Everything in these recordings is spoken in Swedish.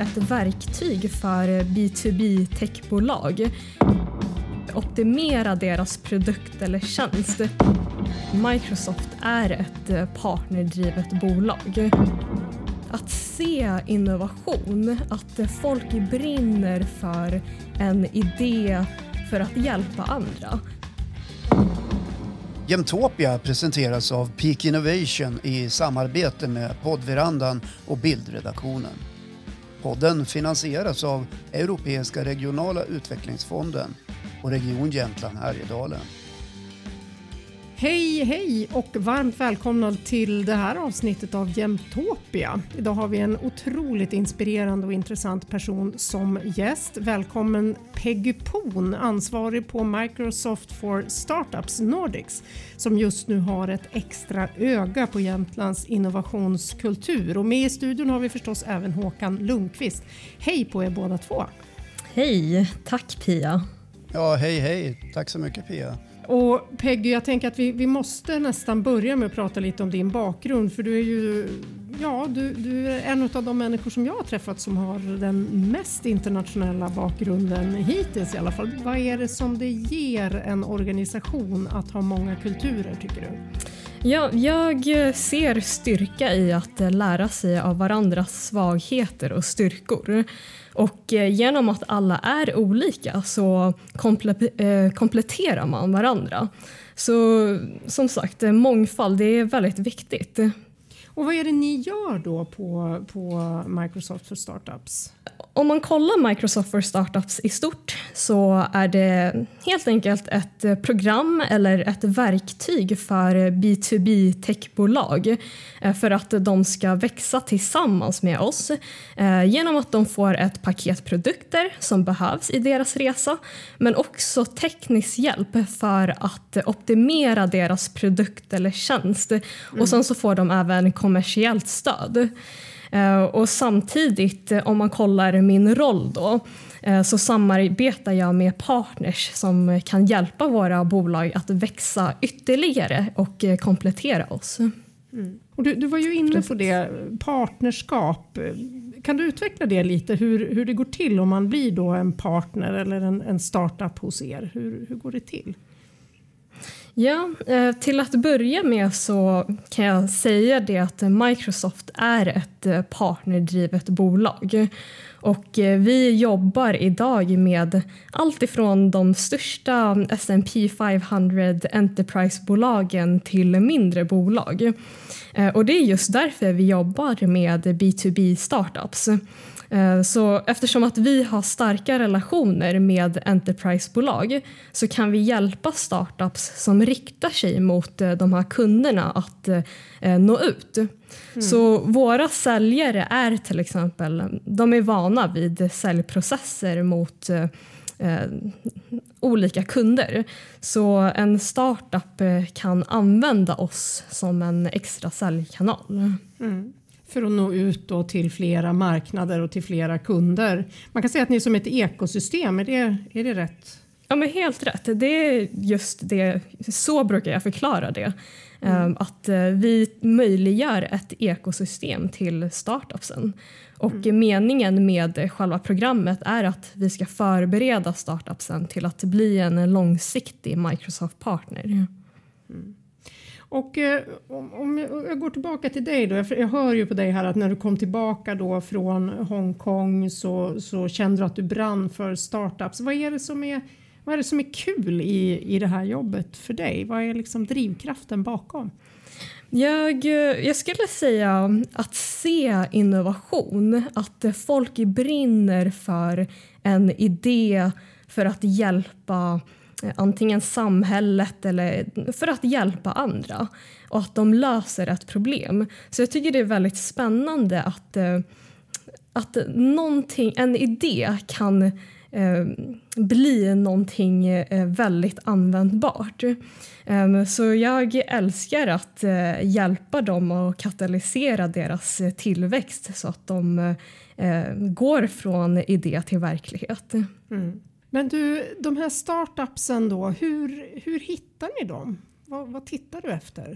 ett verktyg för B2B-techbolag. Optimera deras produkt eller tjänst. Microsoft är ett partnerdrivet bolag. Att se innovation, att folk brinner för en idé för att hjälpa andra. Jämtopia presenteras av Peak Innovation i samarbete med Poddverandan och Bildredaktionen. Podden finansieras av Europeiska regionala utvecklingsfonden och Region Jämtland Härjedalen. Hej och varmt välkomna till det här avsnittet av Jämtopia. Idag har vi en otroligt inspirerande och intressant person som gäst. Välkommen Peggy Poon, ansvarig på Microsoft for Startups Nordics, som just nu har ett extra öga på Jämtlands innovationskultur. Och med i studion har vi förstås även Håkan Lundqvist. Hej på er båda två. Hej, tack Pia. Ja, hej. Tack så mycket Pia. Och Peggy, jag tänker att vi måste nästan börja med att prata lite om din bakgrund, för du är ju du är en av de människor som jag har träffat som har den mest internationella bakgrunden hittills i alla fall. Vad är det som det ger en organisation att ha många kulturer, tycker du? Ja, jag ser styrka i att lära sig av varandras svagheter och styrkor. Och genom att alla är olika så kompletterar man varandra. Så som sagt, mångfald, det är väldigt viktigt. Och vad är det ni gör då på Microsoft for Startups? Om man kollar Microsoft for Startups i stort så är det helt enkelt ett program eller ett verktyg för B2B-techbolag för att de ska växa tillsammans med oss genom att de får ett paket produkter som behövs i deras resa, men också teknisk hjälp för att optimera deras produkt eller tjänst. Och sen så får de även kommersiellt stöd. Och samtidigt, om man kollar min roll då, så samarbetar jag med partners som kan hjälpa våra bolag att växa ytterligare och komplettera oss. Mm. Och du var ju inne på det, partnerskap. Kan du utveckla det lite, hur det går till om man blir då en partner eller en startup hos er? Hur går det till? Ja, till att börja med så kan jag säga det att Microsoft är ett partnerdrivet bolag. Och vi jobbar idag med allt ifrån de största S&P 500 Enterprise-bolagen till mindre bolag. Och det är just därför vi jobbar med B2B-startups. Så eftersom att vi har starka relationer med enterprise-bolag så kan vi hjälpa startups som riktar sig mot de här kunderna att nå ut. Så våra säljare är till exempel, de är vana vid säljprocesser mot olika kunder. Så en startup kan använda oss som en extra säljkanal. För att nå ut då till flera marknader och till flera kunder. Man kan säga att ni är som ett ekosystem, är det rätt? Ja, men helt rätt. Det är just det, så brukar jag förklara det. Att vi möjliggör ett ekosystem till startupsen. Och meningen med själva programmet är att vi ska förbereda startupsen till att bli en långsiktig Microsoft-partner. Och om jag går tillbaka till dig då, jag hör ju på dig här att när du kom tillbaka då från Hongkong så kände du att du brann för startups. Vad är det som är kul i det här jobbet för dig? Vad är liksom drivkraften bakom? Jag skulle säga att se innovation, att folk brinner för en idé för att hjälpa antingen samhället eller för att hjälpa andra och att de löser ett problem. Så jag tycker det är väldigt spännande att en idé kan bli någonting väldigt användbart. Så jag älskar att hjälpa dem och katalysera deras tillväxt så att de går från idé till verklighet. Men du, de här startupsen då, hur hittar ni dem? Vad tittar du efter?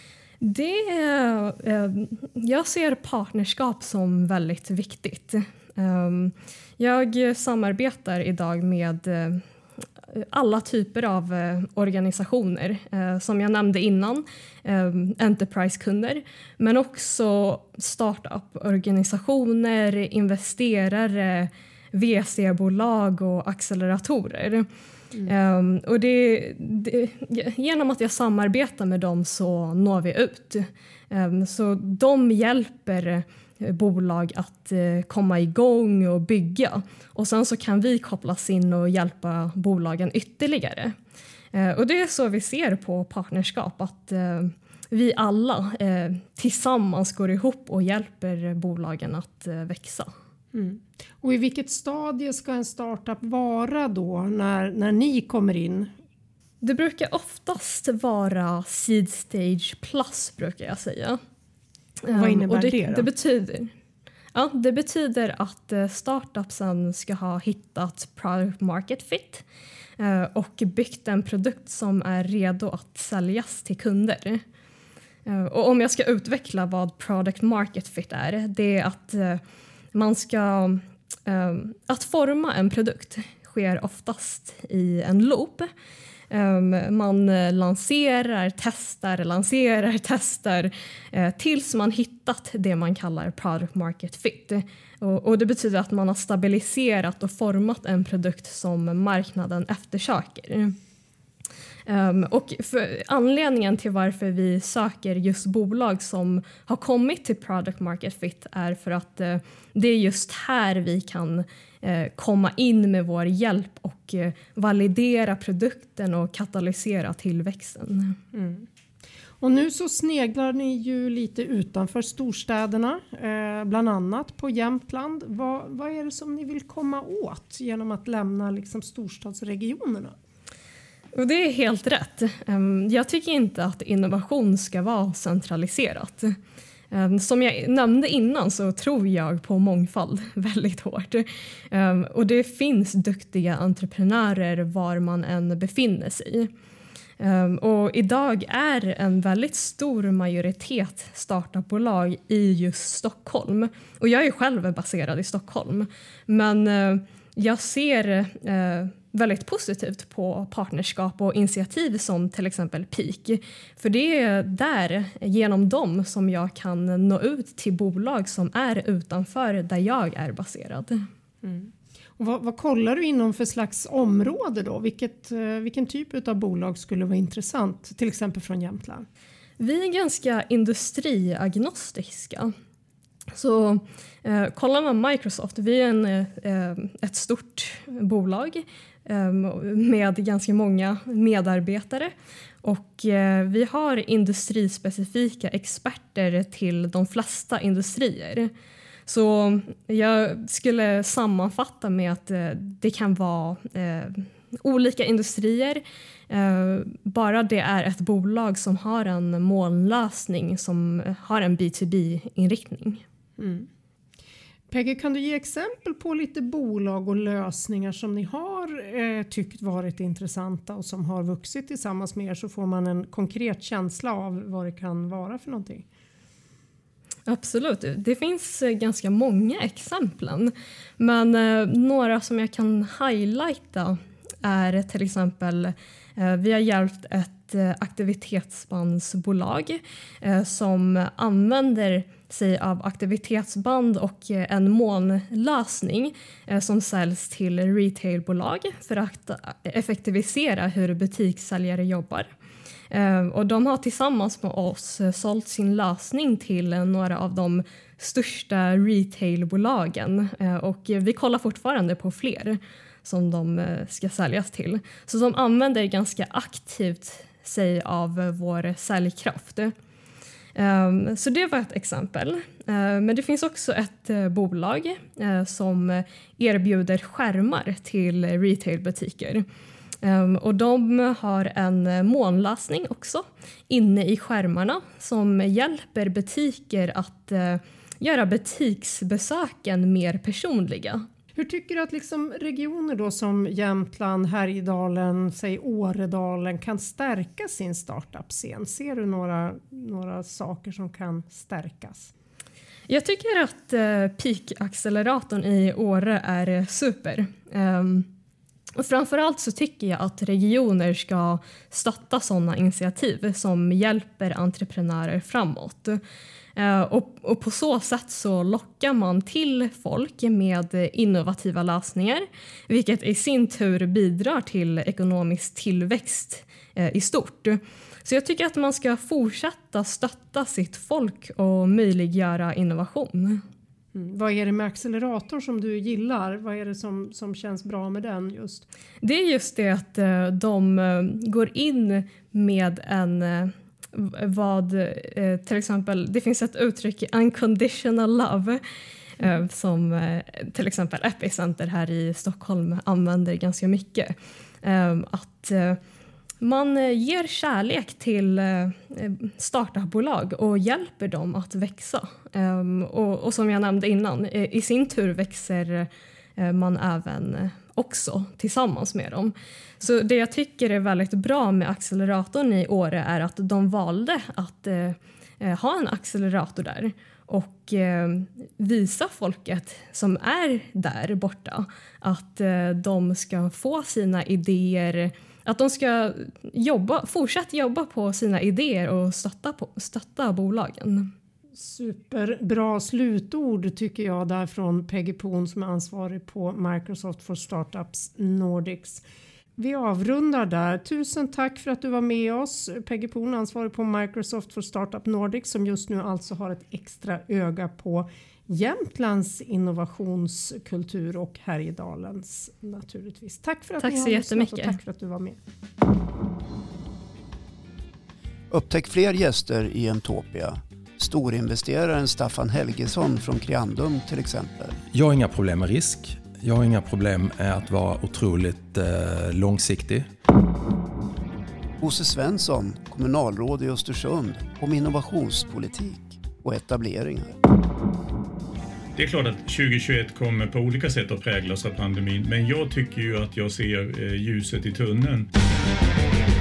Jag ser partnerskap som väldigt viktigt. Jag samarbetar idag med alla typer av organisationer, som jag nämnde innan, Enterprise-kunder, men också startup-organisationer, investerare, VC-bolag och acceleratorer. Och genom att jag samarbetar med dem så når vi ut. Så de hjälper bolag att komma igång och bygga. Och sen så kan vi kopplas in och hjälpa bolagen ytterligare. Och det är så vi ser på partnerskap, att vi alla tillsammans går ihop och hjälper bolagen att växa. Och i vilket stadie ska en startup vara då när ni kommer in? Det brukar oftast vara seed stage plus, brukar jag säga. Vad innebär det då? Det betyder att startupsen ska ha hittat product market fit och byggt en produkt som är redo att säljas till kunder. Och om jag ska utveckla vad product market fit är, det är att att forma en produkt sker oftast i en loop. Man lanserar, testar tills man hittat det man kallar product market fit. Och det betyder att man har stabiliserat och format en produkt som marknaden eftersöker. Och anledningen till varför vi söker just bolag som har kommit till product market fit är för att det är just här vi kan komma in med vår hjälp och validera produkten och katalysera tillväxten. Och nu så sneglar ni ju lite utanför storstäderna, bland annat på Jämtland. Vad är det som ni vill komma åt genom att lämna liksom storstadsregionerna? Och det är helt rätt. Jag tycker inte att innovation ska vara centraliserat. Som jag nämnde innan så tror jag på mångfald väldigt hårt. Och det finns duktiga entreprenörer var man än befinner sig. Och idag är en väldigt stor majoritet startupbolag i just Stockholm. Och jag är själv baserad i Stockholm. Men jag ser väldigt positivt på partnerskap och initiativ som till exempel Peak. För det är där, genom dem, som jag kan nå ut till bolag som är utanför där jag är baserad. Och vad kollar du inom för slags område då? Vilken typ av bolag skulle vara intressant, till exempel från Jämtland? Vi är ganska industriagnostiska. Så kollar man Microsoft, vi är ett stort bolag med ganska många medarbetare, och vi har industrispecifika experter till de flesta industrier. Så jag skulle sammanfatta med att det kan vara olika industrier, bara det är ett bolag som har en molnlösning som har en B2B-inriktning. Peggy, kan du ge exempel på lite bolag och lösningar som ni har tyckt varit intressanta och som har vuxit tillsammans med er, så får man en konkret känsla av vad det kan vara för någonting? Absolut, det finns ganska många exempel, men några som jag kan highlighta är till exempel, vi har hjälpt ett aktivitetsbandsbolag som använder sig av aktivitetsband och en molnlösning som säljs till retailbolag för att effektivisera hur butikssäljare jobbar. Och de har tillsammans med oss sålt sin lösning till några av de största retailbolagen, och vi kollar fortfarande på fler som de ska säljas till. Så de använder ganska aktivt sig av vår säljkraft. Så det var ett exempel. Men det finns också ett bolag som erbjuder skärmar till retailbutiker. Och de har en molnlösning också inne i skärmarna som hjälper butiker att göra butiksbesöken mer personliga. Hur tycker du att liksom regioner då som Jämtland, Härjedalen, säg Åredalen kan stärka sin startup-scen? Ser du några saker som kan stärkas? Jag tycker att Peak-acceleratorn i Åre är super. Och framförallt så tycker jag att regioner ska stötta sådana initiativ som hjälper entreprenörer framåt. Och på så sätt så lockar man till folk med innovativa lösningar, vilket i sin tur bidrar till ekonomisk tillväxt i stort. Så jag tycker att man ska fortsätta stötta sitt folk och möjliggöra innovation. Vad är det med accelerator som du gillar? Vad är det som känns bra med den just? Det är just det att de går in med en till exempel, det finns ett uttryck unconditional love som till exempel Epicenter här i Stockholm använder ganska mycket. Att man ger kärlek till startupbolag och hjälper dem att växa. Och som jag nämnde innan, i sin tur växer man även också tillsammans med dem. Så det jag tycker är väldigt bra med acceleratorn i Åre är att de valde att ha en accelerator där och visa folket som är där borta att de ska få sina idéer, att de ska fortsätta jobba på sina idéer och stötta bolagen. Superbra slutord tycker jag där från Peggy Poon som är ansvarig på Microsoft for Startups Nordics. Vi avrundar där. Tusen tack för att du var med oss. Peggy Poon, ansvarig på Microsoft for Startup Nordics, som just nu alltså har ett extra öga på Jämtlands innovationskultur och Härjedalens naturligtvis. Tack för att tack ni har så jättemycket. Och tack för att du var med. Upptäck fler gäster i Jämtopia. Storinvesteraren Staffan Helgesson från Kriandum till exempel. Jag har inga problem med risk. Jag har inga problem med att vara otroligt långsiktig. Bosse Svensson, kommunalråd i Östersund, om innovationspolitik och etableringar. Det är klart att 2021 kommer på olika sätt att präglas av pandemin, men jag tycker ju att jag ser ljuset i tunneln.